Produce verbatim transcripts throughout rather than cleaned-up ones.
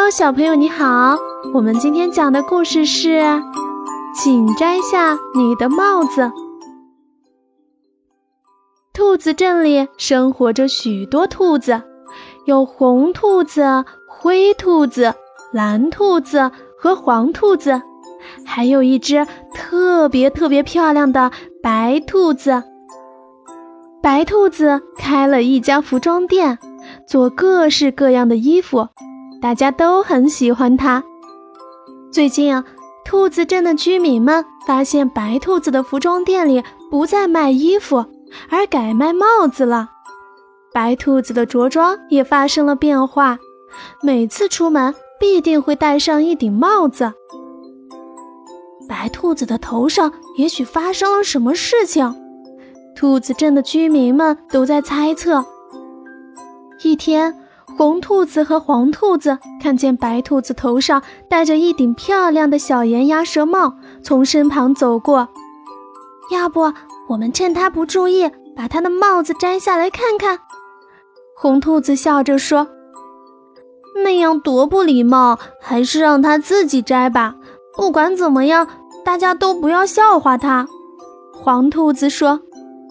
Hello， 小朋友你好，我们今天讲的故事是请摘下你的帽子。兔子镇里生活着许多兔子，有红兔子、灰兔子、蓝兔子和黄兔子，还有一只特别特别漂亮的白兔子。白兔子开了一家服装店，做各式各样的衣服，大家都很喜欢它。最近啊，兔子镇的居民们发现白兔子的服装店里不再卖衣服，而改卖帽子了。白兔子的着装也发生了变化，每次出门必定会戴上一顶帽子。白兔子的头上也许发生了什么事情，兔子镇的居民们都在猜测。一天，红兔子和黄兔子看见白兔子头上戴着一顶漂亮的小檐鸭舌帽，从身旁走过。要不我们趁它不注意，把它的帽子摘下来看看？红兔子笑着说。那样多不礼貌，还是让它自己摘吧。不管怎么样，大家都不要笑话它。黄兔子说。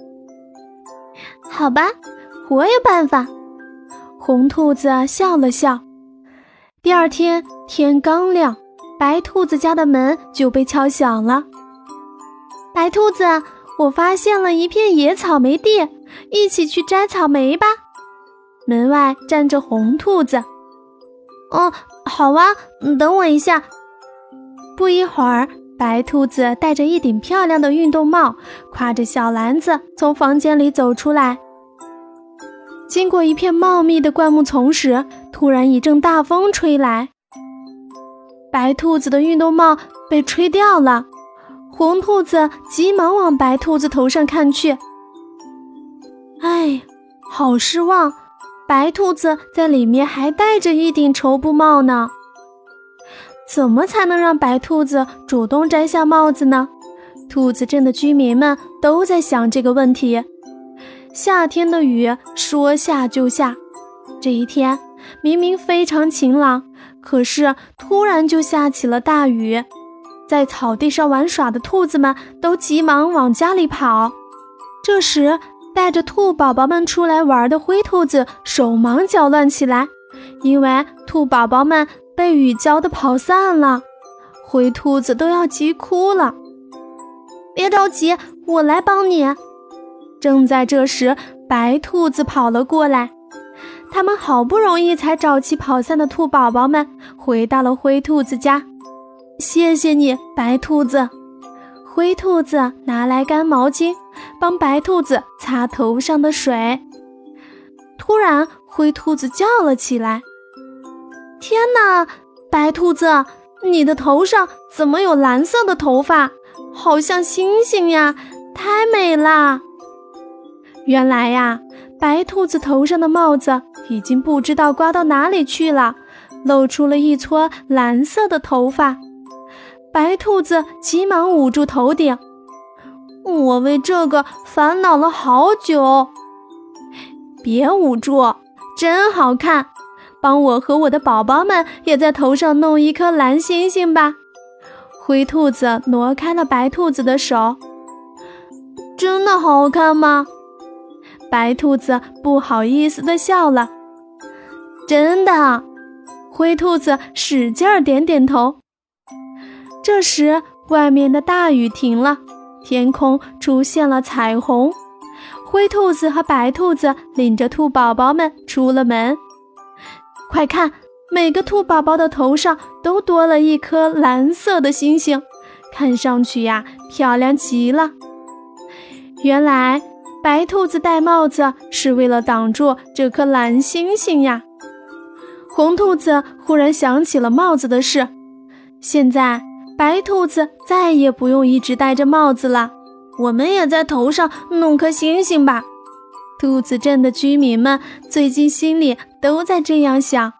好吧，我有办法。红兔子笑了笑。第二天天刚亮，白兔子家的门就被敲响了。白兔子，我发现了一片野草莓地，一起去摘草莓吧。门外站着红兔子。哦，好啊，等我一下。不一会儿，白兔子戴着一顶漂亮的运动帽，挎着小篮子从房间里走出来。经过一片茂密的灌木丛时，突然一阵大风吹来，白兔子的运动帽被吹掉了。红兔子急忙往白兔子头上看去。哎，好失望，白兔子在里面还戴着一顶绸布帽呢。怎么才能让白兔子主动摘下帽子呢？兔子镇的居民们都在想这个问题。夏天的雨说下就下，这一天明明非常晴朗，可是突然就下起了大雨。在草地上玩耍的兔子们都急忙往家里跑。这时带着兔宝宝们出来玩的灰兔子手忙脚乱起来，因为兔宝宝们被雨浇得跑散了。灰兔子都要急哭了。别着急，我来帮你。正在这时，白兔子跑了过来。他们好不容易才找齐跑散的兔宝宝们，回到了灰兔子家。谢谢你，白兔子。灰兔子拿来干毛巾，帮白兔子擦头上的水。突然，灰兔子叫了起来。天哪，白兔子，你的头上怎么有蓝色的头发？好像星星呀，太美了。原来呀，白兔子头上的帽子已经不知道刮到哪里去了，露出了一撮蓝色的头发。白兔子急忙捂住头顶。我为这个烦恼了好久。别捂住，真好看。帮我和我的宝宝们也在头上弄一颗蓝星星吧。灰兔子挪开了白兔子的手。真的好看吗？白兔子不好意思地笑了。真的。灰兔子使劲儿点点头。这时外面的大雨停了，天空出现了彩虹。灰兔子和白兔子领着兔宝宝们出了门。快看，每个兔宝宝的头上都多了一颗蓝色的星星，看上去呀，漂亮极了。原来白兔子戴帽子是为了挡住这颗蓝星星呀。红兔子忽然想起了帽子的事。现在白兔子再也不用一直戴着帽子了，我们也在头上弄颗星星吧。兔子镇的居民们最近心里都在这样想。